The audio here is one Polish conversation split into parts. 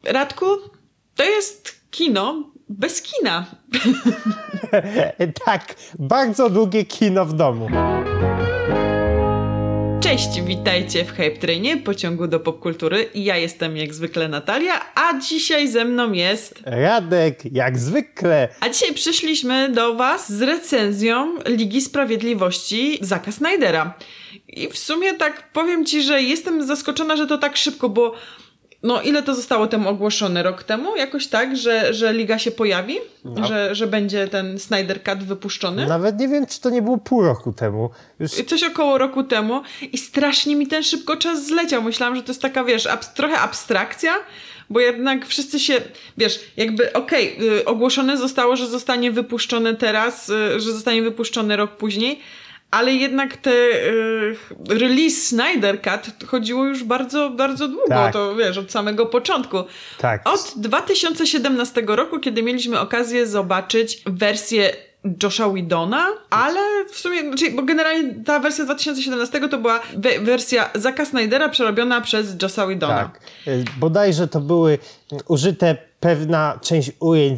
Radku, to jest kino bez kina. Tak, bardzo długie kino w domu. Cześć, witajcie w Hype Trainie, pociągu do popkultury. Ja jestem jak zwykle Natalia, a dzisiaj ze mną jest... Radek, jak zwykle. A dzisiaj przyszliśmy do was z recenzją Ligi Sprawiedliwości Zacka Snydera. I w sumie tak powiem ci, że jestem zaskoczona, że to tak szybko, bo no ile to zostało temu ogłoszone? Rok temu? Jakoś tak, że Liga się pojawi? No. Że będzie ten Snyder Cut wypuszczony? Nawet nie wiem, czy to nie było pół roku temu. Już... Coś około roku temu i strasznie mi ten szybko czas zleciał. Myślałam, że to jest taka, wiesz, trochę abstrakcja, bo jednak wszyscy się, wiesz, jakby ogłoszone zostało, że zostanie wypuszczone teraz, że zostanie wypuszczony rok później, ale jednak release Snyder Cut chodziło już bardzo, bardzo długo, tak. To wiesz, od samego początku. Tak. Od 2017 roku, kiedy mieliśmy okazję zobaczyć wersję Josha Whedona, ale w sumie, bo generalnie ta wersja z 2017 to była wersja Zacka Snydera przerobiona przez Josha Whedona. Tak. Bodajże to były użyte pewna część ujęć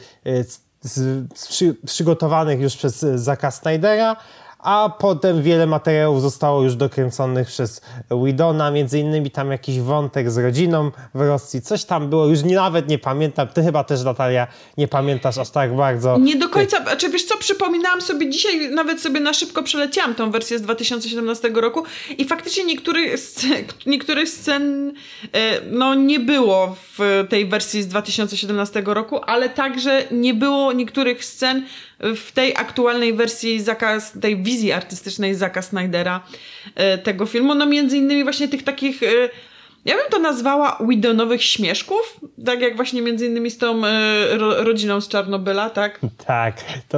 przygotowanych już przez Zacka Snydera, a potem wiele materiałów zostało już dokręconych przez Whedona, między innymi tam jakiś wątek z rodziną w Rosji, coś tam było, już nawet nie pamiętam, ty chyba też, Natalia, nie pamiętasz aż tak bardzo. Nie do końca, znaczy wiesz co, przypominałam sobie dzisiaj, nawet sobie na szybko przeleciałam tą wersję z 2017 roku i faktycznie niektórych scen no nie było w tej wersji z 2017 roku, ale także nie było niektórych scen w tej aktualnej wersji tej wizji artystycznej Zacka Snydera tego filmu. No między innymi właśnie tych takich, ja bym to nazwała Whedonowych śmieszków, tak jak właśnie między innymi z tą rodziną z Czarnobyla, tak? Tak,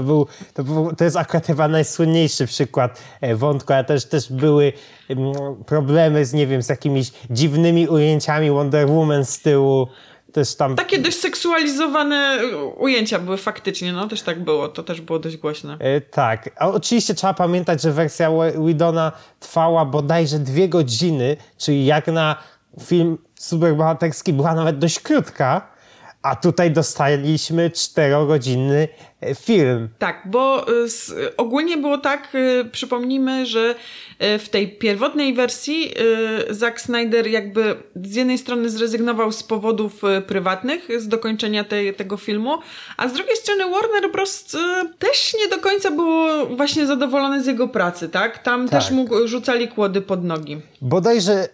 to jest akurat chyba najsłynniejszy przykład wątku, ale też były problemy z jakimiś dziwnymi ujęciami Wonder Woman z tyłu. Też tam... Takie dość seksualizowane ujęcia były faktycznie, no też tak było, to też było dość głośne. Tak, a oczywiście trzeba pamiętać, że wersja Whedona trwała bodajże 2 godziny, czyli jak na film superbohaterski była nawet dość krótka, a tutaj dostaliśmy 4-godzinny film. Tak, bo ogólnie było tak, przypomnijmy, że w tej pierwotnej wersji Zack Snyder jakby z jednej strony zrezygnował z powodów prywatnych z dokończenia tego filmu, a z drugiej strony Warner Bros. Też nie do końca było właśnie zadowolony z jego pracy, tak? Tam też rzucali kłody pod nogi. Bodajże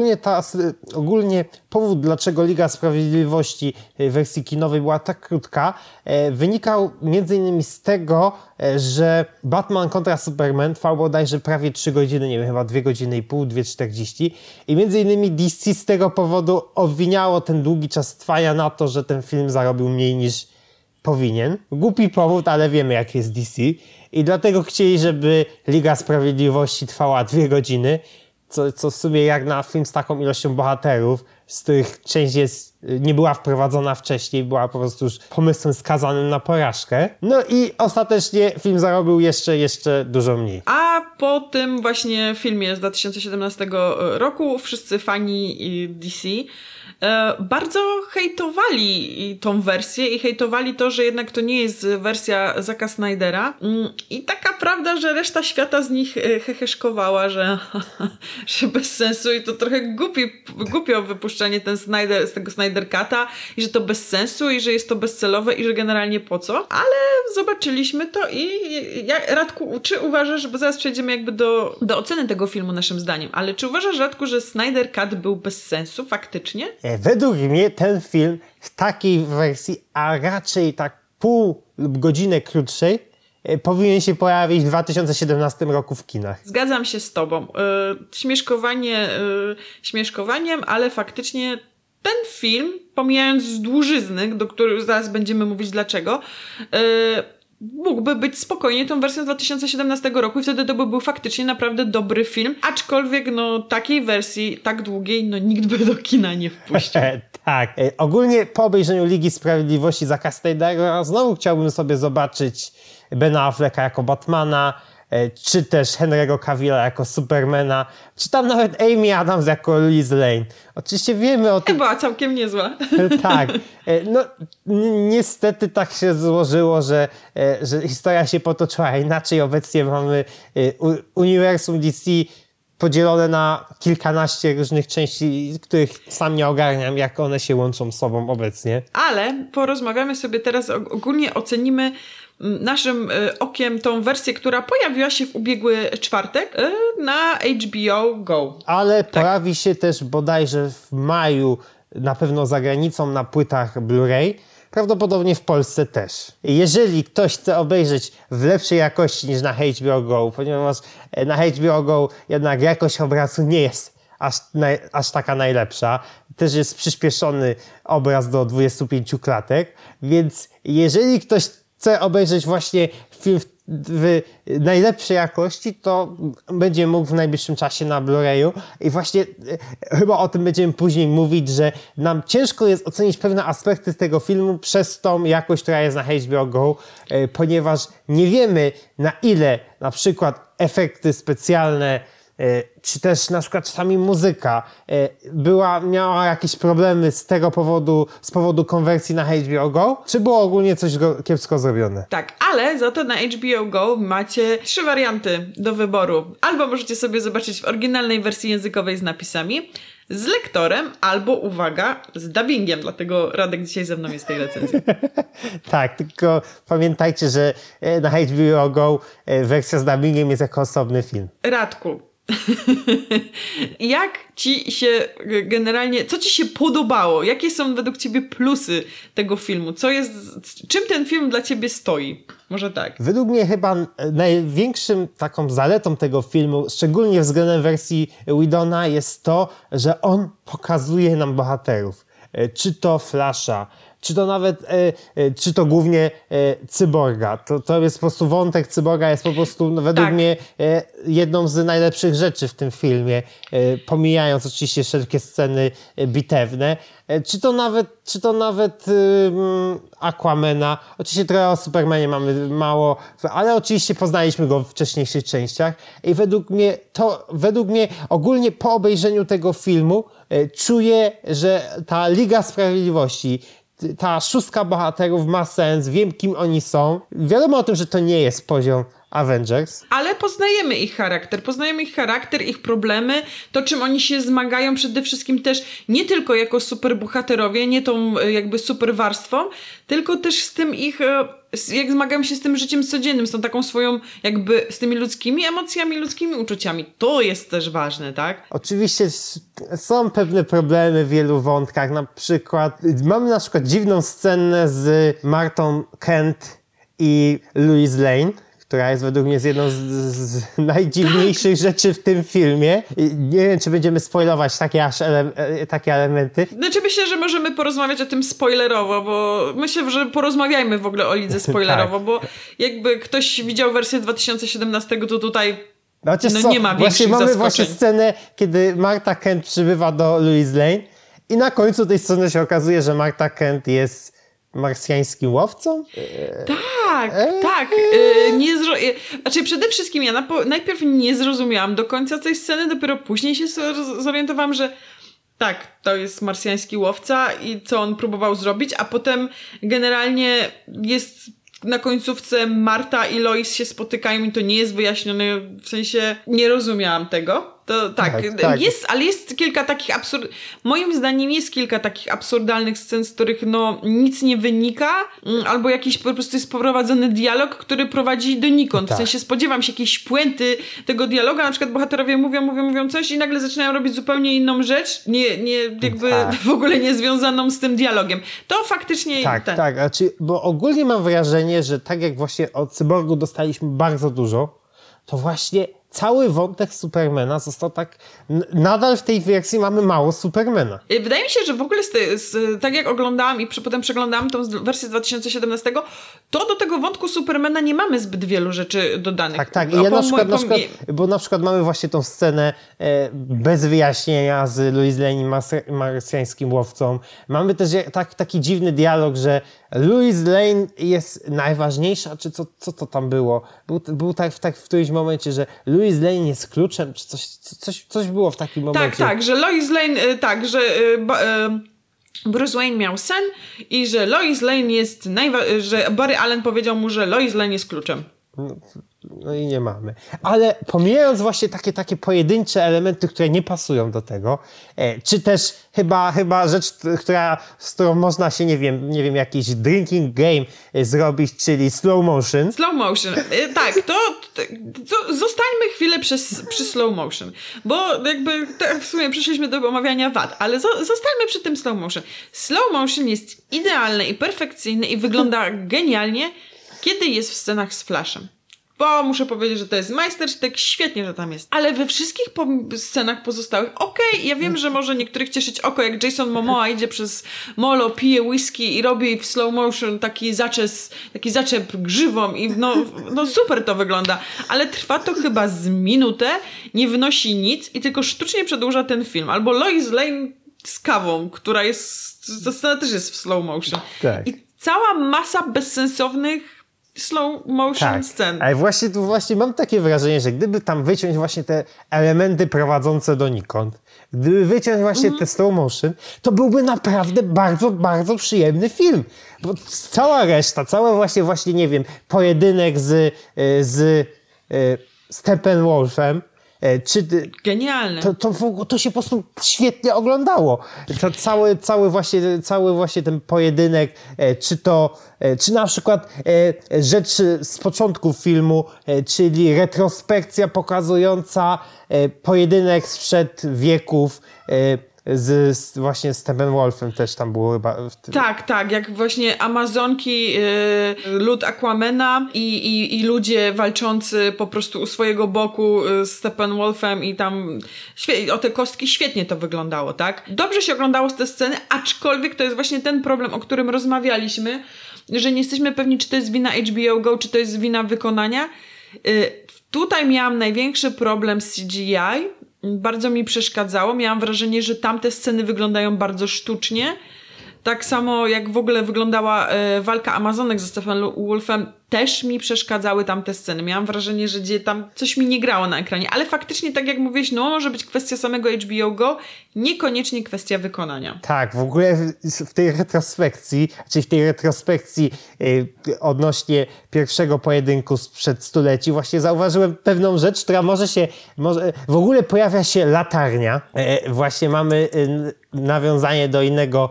ogólnie powód, dlaczego Liga Sprawiedliwości w wersji kinowej była tak krótka, wynikał między innymi z tego, że Batman kontra Superman trwał bodajże prawie 3 godziny, nie wiem, chyba 2 godziny i pół, 2:40 i między innymi DC z tego powodu obwiniało ten długi czas trwania na to, że ten film zarobił mniej niż powinien. Głupi powód, ale wiemy jak jest DC i dlatego chcieli, żeby Liga Sprawiedliwości trwała 2 godziny, co w sumie jak na film z taką ilością bohaterów, z których część nie była wprowadzona wcześniej, była po prostu już pomysłem skazanym na porażkę. No i ostatecznie film zarobił jeszcze dużo mniej. A po tym właśnie filmie z 2017 roku wszyscy fani DC bardzo hejtowali tą wersję i hejtowali to, że jednak to nie jest wersja Zacka Snydera. I taka prawda, że reszta świata z nich heheszkowała, że bez sensu i to trochę głupio wypuszczenie z tego Snyder Cut'a i że to bez sensu i że jest to bezcelowe i że generalnie po co. Ale zobaczyliśmy to i Radku, czy uważasz, bo zaraz przejdziemy jakby do oceny tego filmu naszym zdaniem, ale czy uważasz, Radku, że Snyder Cut był bez sensu faktycznie? Według mnie ten film w takiej wersji, a raczej tak pół lub godzinę krótszej, powinien się pojawić w 2017 roku w kinach. Zgadzam się z tobą. Śmieszkowaniem, ale faktycznie ten film, pomijając dłużyzny, do których zaraz będziemy mówić dlaczego, mógłby być spokojnie tą wersją z 2017 roku i wtedy to by był faktycznie naprawdę dobry film, aczkolwiek takiej wersji tak długiej nikt by do kina nie wpuścił. Tak. Ogólnie po obejrzeniu Ligi Sprawiedliwości Zacka Snydera znowu chciałbym sobie zobaczyć Bena Afflecka jako Batmana, czy też Henry'ego Cavilla jako Supermana, czy tam nawet Amy Adams jako Lois Lane. Oczywiście wiemy o tym... Była całkiem niezła. Tak. No, niestety tak się złożyło, że historia się potoczyła inaczej. Obecnie mamy uniwersum DC podzielone na kilkanaście różnych części, których sam nie ogarniam, jak one się łączą z sobą obecnie. Ale porozmawiamy sobie teraz, ogólnie ocenimy naszym okiem tą wersję, która pojawiła się w ubiegły czwartek na HBO Go. Ale pojawi się też bodajże w maju, na pewno za granicą, na płytach Blu-ray. Prawdopodobnie w Polsce też. Jeżeli ktoś chce obejrzeć w lepszej jakości niż na HBO Go, ponieważ na HBO Go jednak jakość obrazu nie jest aż taka najlepsza. Też jest przyspieszony obraz do 25 klatek, więc jeżeli ktoś chce obejrzeć właśnie film w najlepszej jakości, to będzie mógł w najbliższym czasie na Blu-rayu i właśnie chyba o tym będziemy później mówić, że nam ciężko jest ocenić pewne aspekty tego filmu przez tą jakość, która jest na HBO Go, ponieważ nie wiemy, na ile na przykład efekty specjalne czy też na przykład czasami muzyka miała jakieś problemy z powodu konwersji na HBO Go, czy było ogólnie coś kiepsko zrobione? Tak, ale za to na HBO Go macie 3 warianty do wyboru. Albo możecie sobie zobaczyć w oryginalnej wersji językowej z napisami, z lektorem, albo, uwaga, z dubbingiem, dlatego Radek dzisiaj ze mną jest w tej recenzji. Tak, tylko pamiętajcie, że na HBO Go wersja z dubbingiem jest jako osobny film. Radku, jak ci się generalnie, co ci się podobało? Jakie są według ciebie plusy tego filmu? Czym ten film dla ciebie stoi? Może tak. Według mnie chyba największym taką zaletą tego filmu, szczególnie względem wersji Whedona, jest to, że on pokazuje nam bohaterów. Czy to Flasha, czy to głównie Cyborga. To jest po prostu wątek Cyborga jest po prostu według mnie jedną z najlepszych rzeczy w tym filmie, pomijając oczywiście wszelkie sceny bitewne. Czy to nawet Aquamana. Oczywiście trochę o Supermanie mamy mało, ale oczywiście poznaliśmy go w wcześniejszych częściach i według mnie ogólnie po obejrzeniu tego filmu czuję, że ta Liga Sprawiedliwości, ta 6 bohaterów ma sens, wiem kim oni są. Wiadomo o tym, że to nie jest poziom Avengers. Ale poznajemy ich charakter, ich problemy, to czym oni się zmagają przede wszystkim też nie tylko jako superbohaterowie, nie tą jakby superwarstwą, tylko też z tym jak zmagają się z tym życiem codziennym, z tą taką swoją jakby, z tymi ludzkimi emocjami, ludzkimi uczuciami. To jest też ważne, tak? Oczywiście są pewne problemy w wielu wątkach, mamy na przykład dziwną scenę z Martą Kent i Lois Lane, która jest według mnie jedną z najdziwniejszych rzeczy w tym filmie. Nie wiem, czy będziemy spoilować takie elementy. Znaczy myślę, że możemy porozmawiać o tym spoilerowo, bo myślę, że porozmawiajmy w ogóle o lidze spoilerowo, tak. Bo jakby ktoś widział wersję 2017, to tutaj nie ma większych zaskoczeń. Mamy właśnie scenę, kiedy Marta Kent przybywa do Lois Lane i na końcu tej sceny się okazuje, że Marta Kent jest marsjańskim łowcą? Tak. Znaczy przede wszystkim ja najpierw nie zrozumiałam do końca tej sceny, dopiero później się zorientowałam, że tak, to jest marsjański łowca i co on próbował zrobić, a potem generalnie jest na końcówce Marta i Lois się spotykają i to nie jest wyjaśnione, w sensie nie rozumiałam tego. To tak. Ale jest kilka takich moim zdaniem jest kilka takich absurdalnych scen, z których nic nie wynika, albo jakiś po prostu jest poprowadzony dialog, który prowadzi donikąd. Tak. W sensie spodziewam się jakiejś puenty tego dialogu, na przykład bohaterowie mówią coś i nagle zaczynają robić zupełnie inną rzecz, w ogóle nie związaną z tym dialogiem. To faktycznie... Tak, bo ogólnie mam wrażenie, że tak jak właśnie o Cyborgu dostaliśmy bardzo dużo, to właśnie cały wątek Supermana został tak... Nadal w tej wersji mamy mało Supermana. Wydaje mi się, że w ogóle tak jak oglądałam i potem przeglądałam tą wersję z 2017, to do tego wątku Supermana nie mamy zbyt wielu rzeczy dodanych. Tak. I ja na przykład, bo na przykład mamy właśnie tą scenę bez wyjaśnienia z Lois Lane i marsjańskim łowcą. Mamy też taki dziwny dialog, że Lois Lane jest najważniejsza, czy co to tam było? Był tak w którymś momencie, że Lois Lane jest kluczem, czy coś było w takim momencie. Tak, że Lois Lane, że Bruce Wayne miał sen i że Lois Lane jest że Barry Allen powiedział mu, że Lois Lane jest kluczem. No i nie mamy. Ale pomijając właśnie takie pojedyncze elementy, które nie pasują do tego, czy też chyba rzecz, z którą można się, nie wiem, jakiś drinking game zrobić, czyli slow motion. Slow motion. Tak, to zostańmy chwilę przy slow motion, bo jakby w sumie przyszliśmy do omawiania wad, ale zostańmy przy tym slow motion. Slow motion jest idealny i perfekcyjny i wygląda genialnie, kiedy jest w scenach z Flashem. Bo muszę powiedzieć, że to jest majstersztyk, świetnie, że tam jest. Ale we wszystkich scenach pozostałych, ja wiem, że może niektórych cieszyć oko, jak Jason Momoa idzie przez molo, pije whisky i robi w slow motion taki zaczep grzywą i no super to wygląda. Ale trwa to chyba z minutę, nie wnosi nic i tylko sztucznie przedłuża ten film. Albo Lois Lane z kawą, która ta scena też jest w slow motion. Tak. I cała masa bezsensownych slow motion scen. Ale właśnie mam takie wrażenie, że gdyby tam wyciąć właśnie te elementy prowadzące donikąd, gdyby wyciąć właśnie te slow motion, to byłby naprawdę bardzo, bardzo przyjemny film. Bo cała reszta, właśnie nie wiem, pojedynek z Steppenwolfem, genialne. To się po prostu świetnie oglądało. Cały właśnie ten pojedynek, czy na przykład rzecz z początku filmu, czyli retrospekcja pokazująca pojedynek sprzed wieków właśnie z Steppenwolfem też tam było chyba. Tak, jak właśnie Amazonki, lud Aquamana i ludzie walczący po prostu u swojego boku z Steppenwolfem i tam o te kostki świetnie to wyglądało, tak? Dobrze się oglądało z te sceny, aczkolwiek to jest właśnie ten problem, o którym rozmawialiśmy, że nie jesteśmy pewni, czy to jest wina HBO Go, czy to jest wina wykonania. Tutaj miałam największy problem z CGI. Bardzo mi przeszkadzało. Miałam wrażenie, że tamte sceny wyglądają bardzo sztucznie. Tak samo jak w ogóle wyglądała walka Amazonek ze Steppenwolfem, też mi przeszkadzały tamte sceny. Miałam wrażenie, że tam coś mi nie grało na ekranie, ale faktycznie, tak jak mówiłeś, może być kwestia samego HBO Go, niekoniecznie kwestia wykonania. Tak, w ogóle w tej retrospekcji odnośnie pierwszego pojedynku sprzed stuleci właśnie zauważyłem pewną rzecz, która w ogóle pojawia się latarnia. Właśnie mamy nawiązanie do innego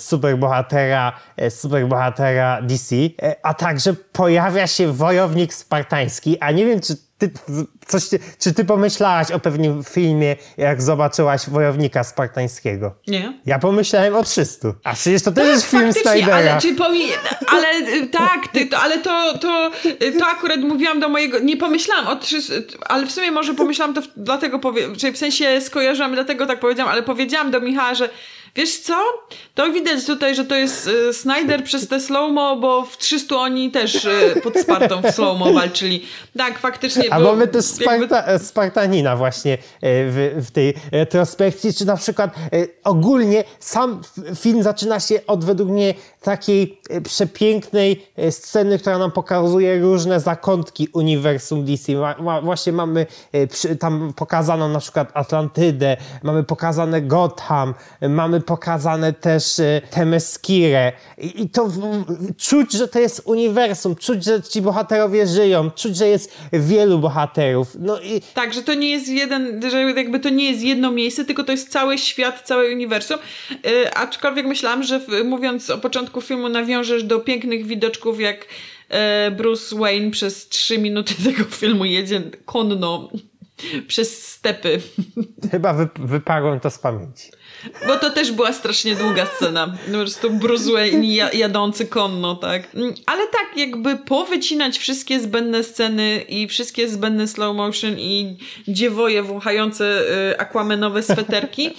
superbohatera DC, a także pojawia się wojownik spartański, a nie wiem, czy ty pomyślałaś o pewnym filmie, jak zobaczyłaś wojownika spartańskiego? Nie. Ja pomyślałem o 300. A przecież to też jest film Snydera. Ale to akurat mówiłam do mojego... Nie pomyślałam o 300, ale w sumie może pomyślałam to dlatego, czyli w sensie skojarzyłam, dlatego tak powiedziałam, ale powiedziałam do Michała, że wiesz co? To widać tutaj, że to jest Snyder przez te slow-mo, bo w 300 oni też pod Spartą w slow-mo walczyli. Tak, faktycznie. A mamy też Spartanina właśnie w tej retrospekcji, czy na przykład ogólnie sam film zaczyna się od według mnie takiej przepięknej sceny, która nam pokazuje różne zakątki uniwersum DC. Właśnie mamy tam pokazaną na przykład Atlantydę, mamy pokazane Gotham, mamy pokazane też Themyscirę i to czuć, że to jest uniwersum, czuć, że ci bohaterowie żyją, czuć, że jest wielu bohaterów. Tak, że to nie jest że jakby to nie jest jedno miejsce, tylko to jest cały świat, całe uniwersum. Aczkolwiek myślałam, że mówiąc o początku filmu nawiążesz do pięknych widoczków, jak Bruce Wayne przez 3 minuty tego filmu jedzie konno Przez stepy. Chyba wyparłem to z pamięci. Bo to też była strasznie długa scena. Po prostu Bruce Wayne jadący konno, tak. Ale tak, jakby powycinać wszystkie zbędne sceny i wszystkie zbędne slow motion i dziewoje wąchające aquamanowe sweterki,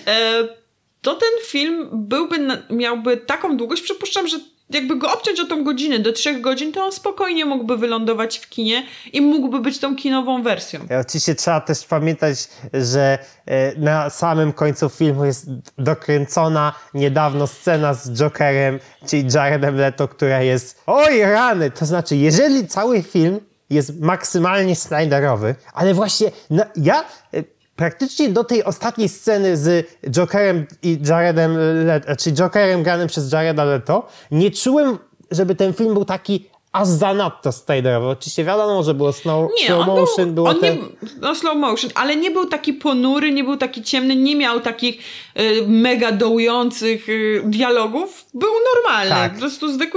to ten film miałby taką długość, przypuszczam, że jakby go obciąć o tą godzinę do 3 godzin, to on spokojnie mógłby wylądować w kinie i mógłby być tą kinową wersją. Oczywiście trzeba też pamiętać, że na samym końcu filmu jest dokręcona niedawno scena z Jokerem, czyli Jaredem Leto, która jest oj rany! To znaczy, jeżeli cały film jest maksymalnie Snyderowy, ale właśnie ja praktycznie do tej ostatniej sceny z Jokerem i Jaredem Leto, czy Jokerem granym przez Jareda Leto, nie czułem, żeby ten film był taki aż zanadto Snyderowy. Oczywiście wiadomo, że było slow motion. Slow motion, ale nie był taki ponury, nie był taki ciemny, nie miał takich mega dołujących dialogów. Był normalny, tak. Po prostu zwykły,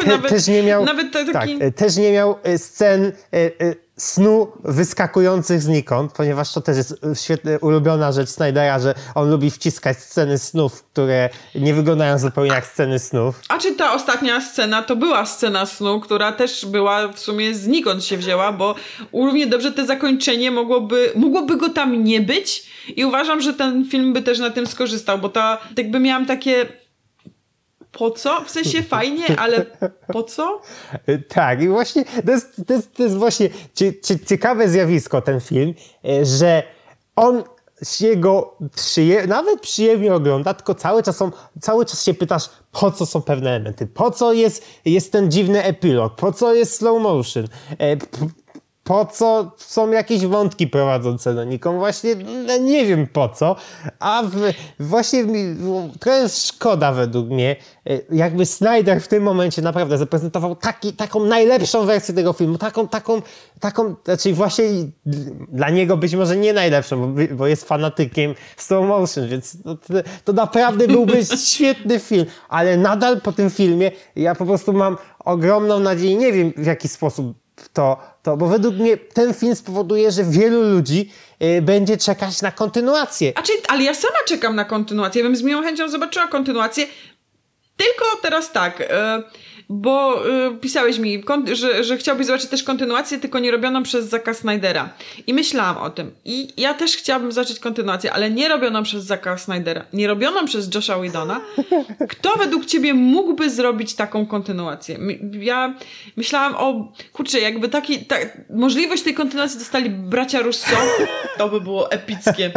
też nie miał scen snu wyskakujących znikąd, ponieważ to też jest świetnie ulubiona rzecz Snydera, że on lubi wciskać sceny snów, które nie wyglądają zupełnie jak sceny snów. A czy ta ostatnia scena to była scena snu, która też była w sumie znikąd się wzięła, bo równie dobrze te zakończenie mogłoby go tam nie być i uważam, że ten film by też na tym skorzystał, bo jakby miałam takie po co? W sensie fajnie, ale po co? Tak, i właśnie to jest właśnie ciekawe zjawisko ten film, że on się go nawet przyjemnie ogląda, tylko cały czas się pytasz, po co są pewne elementy, po co jest ten dziwny epilog, po co jest slow motion, po co są jakieś wątki prowadzące do nikąd, właśnie nie wiem po co, a właśnie to jest szkoda według mnie, jakby Snyder w tym momencie naprawdę zaprezentował taką najlepszą wersję tego filmu, znaczy właśnie dla niego być może nie najlepszą, bo jest fanatykiem slow motion, więc to naprawdę byłby świetny film, ale nadal po tym filmie ja po prostu mam ogromną nadzieję, nie wiem w jaki sposób bo według mnie ten film spowoduje, że wielu ludzi będzie czekać na kontynuację. Ale ja sama czekam na kontynuację. Ja bym z miłą chęcią zobaczyła kontynuację. Tylko teraz tak, bo pisałeś mi, że chciałbyś zobaczyć też kontynuację, tylko nie robioną przez Zacka Snydera. I myślałam o tym. I ja też chciałabym zobaczyć kontynuację, ale nie robioną przez Zacka Snydera, nie robioną przez Josha Whedona. Kto według ciebie mógłby zrobić taką kontynuację? Ja myślałam jakby możliwość tej kontynuacji dostali bracia Russo, to by było epickie.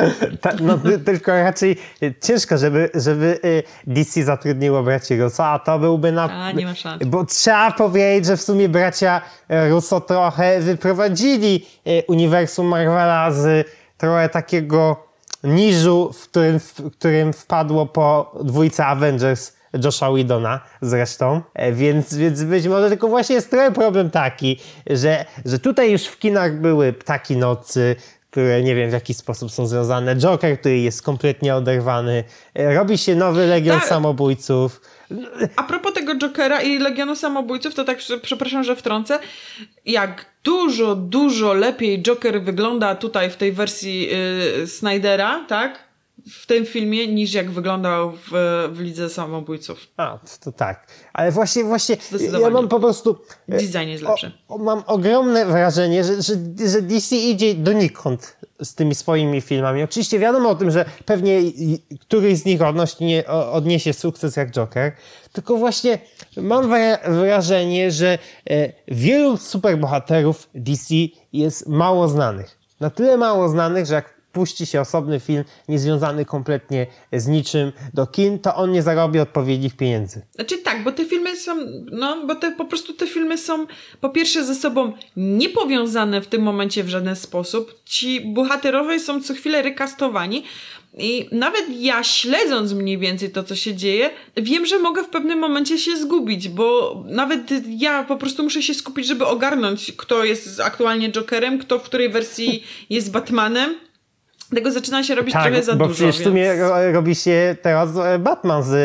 Tylko raczej ciężko, żeby DC zatrudniło braci Russo, a to byłby nie ma szans. Bo trzeba powiedzieć, że w sumie bracia Russo trochę wyprowadzili uniwersum Marvela z trochę takiego niżu, w którym wpadło po dwójce Avengers Josha Whedona zresztą, więc być może tylko właśnie jest trochę problem taki, że tutaj już w kinach były Ptaki Nocy, które nie wiem w jaki sposób są związane, Joker, który jest kompletnie oderwany, robi się nowy Legion Samobójców. A propos tego Jokera i Legionu Samobójców, to tak przepraszam, że wtrącę, jak dużo lepiej Joker wygląda tutaj w tej wersji Snydera, tak? W tym filmie, niż jak wyglądał w Lidze Samobójców. To tak. Ale właśnie ja mam po prostu... Design jest lepszy. Mam ogromne wrażenie, że DC idzie donikąd z tymi swoimi filmami. Oczywiście wiadomo o tym, że pewnie któryś z nich odniesie sukces jak Joker, tylko właśnie mam wrażenie, że wielu superbohaterów DC jest mało znanych. Na tyle mało znanych, że jak puści się osobny film niezwiązany kompletnie z niczym do kin, to on nie zarobi odpowiednich pieniędzy. Znaczy tak, bo te filmy są, po prostu te filmy są po pierwsze ze sobą niepowiązane w tym momencie w żaden sposób. Ci bohaterowie są co chwilę rekastowani i nawet ja, śledząc mniej więcej to, co się dzieje, wiem, że mogę w pewnym momencie się zgubić, bo nawet ja po prostu muszę się skupić, żeby ogarnąć, kto jest aktualnie Jokerem, kto w której wersji jest Batmanem. Tego zaczyna się robić trochę za dużo. Bo przecież w sumie robi się teraz Batman z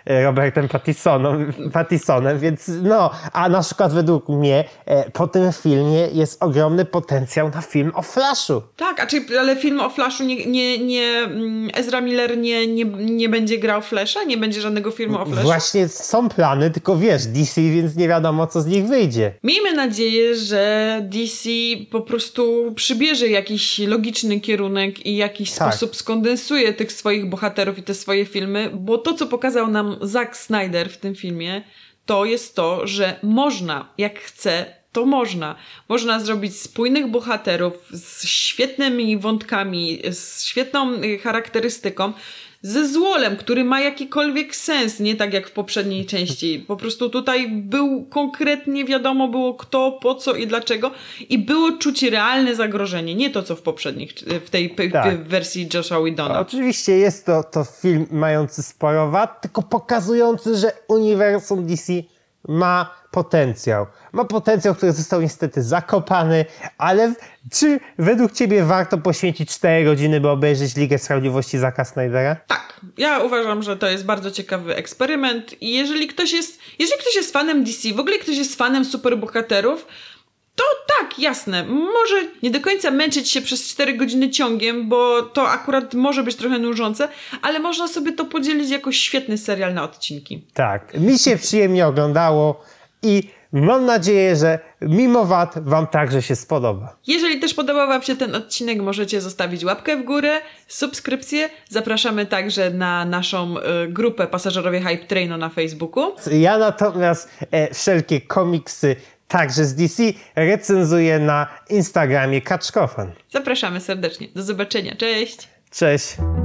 Robertem Pattisonem, więc no, a na przykład według mnie po tym filmie jest ogromny potencjał na film o Flashu. Tak, ale film o Flashu Ezra Miller nie będzie grał Flasha? Nie będzie żadnego filmu o Flashu? Właśnie są plany, tylko wiesz, DC, więc nie wiadomo, co z nich wyjdzie. Miejmy nadzieję, że DC po prostu przybierze jakiś logiczny kierunek i jakiś sposób skondensuje tych swoich bohaterów i te swoje filmy, bo to, co pokazał nam Zack Snyder w tym filmie, to jest to, że można, jak chce, to można. Można zrobić spójnych bohaterów z świetnymi wątkami, z świetną charakterystyką, ze złolem, który ma jakikolwiek sens, nie tak jak w poprzedniej części. Po prostu tutaj był konkretnie wiadomo było kto, po co i dlaczego i było czuć realne zagrożenie, nie to co w tej wersji Josha Whedona. Oczywiście jest to film mający sporo wad, tylko pokazujący, że uniwersum DC ma potencjał. Ma potencjał, który został niestety zakopany, ale czy według ciebie warto poświęcić 4 godziny, by obejrzeć Ligę Sprawiedliwości Zacka Snydera? Tak. Ja uważam, że to jest bardzo ciekawy eksperyment i jeżeli ktoś jest fanem DC, w ogóle ktoś jest fanem superbohaterów, to tak, jasne, może nie do końca męczyć się przez 4 godziny ciągiem, bo to akurat może być trochę nużące, ale można sobie to podzielić jako świetny serial na odcinki. Tak, mi się przyjemnie oglądało i mam nadzieję, że mimo wad wam także się spodoba. Jeżeli też podobał wam się ten odcinek, możecie zostawić łapkę w górę, subskrypcję. Zapraszamy także na naszą grupę Pasażerowie Hype Trainu na Facebooku. Ja natomiast wszelkie komiksy także z DC recenzuję na Instagramie Kaczkofan. Zapraszamy serdecznie. Do zobaczenia. Cześć! Cześć!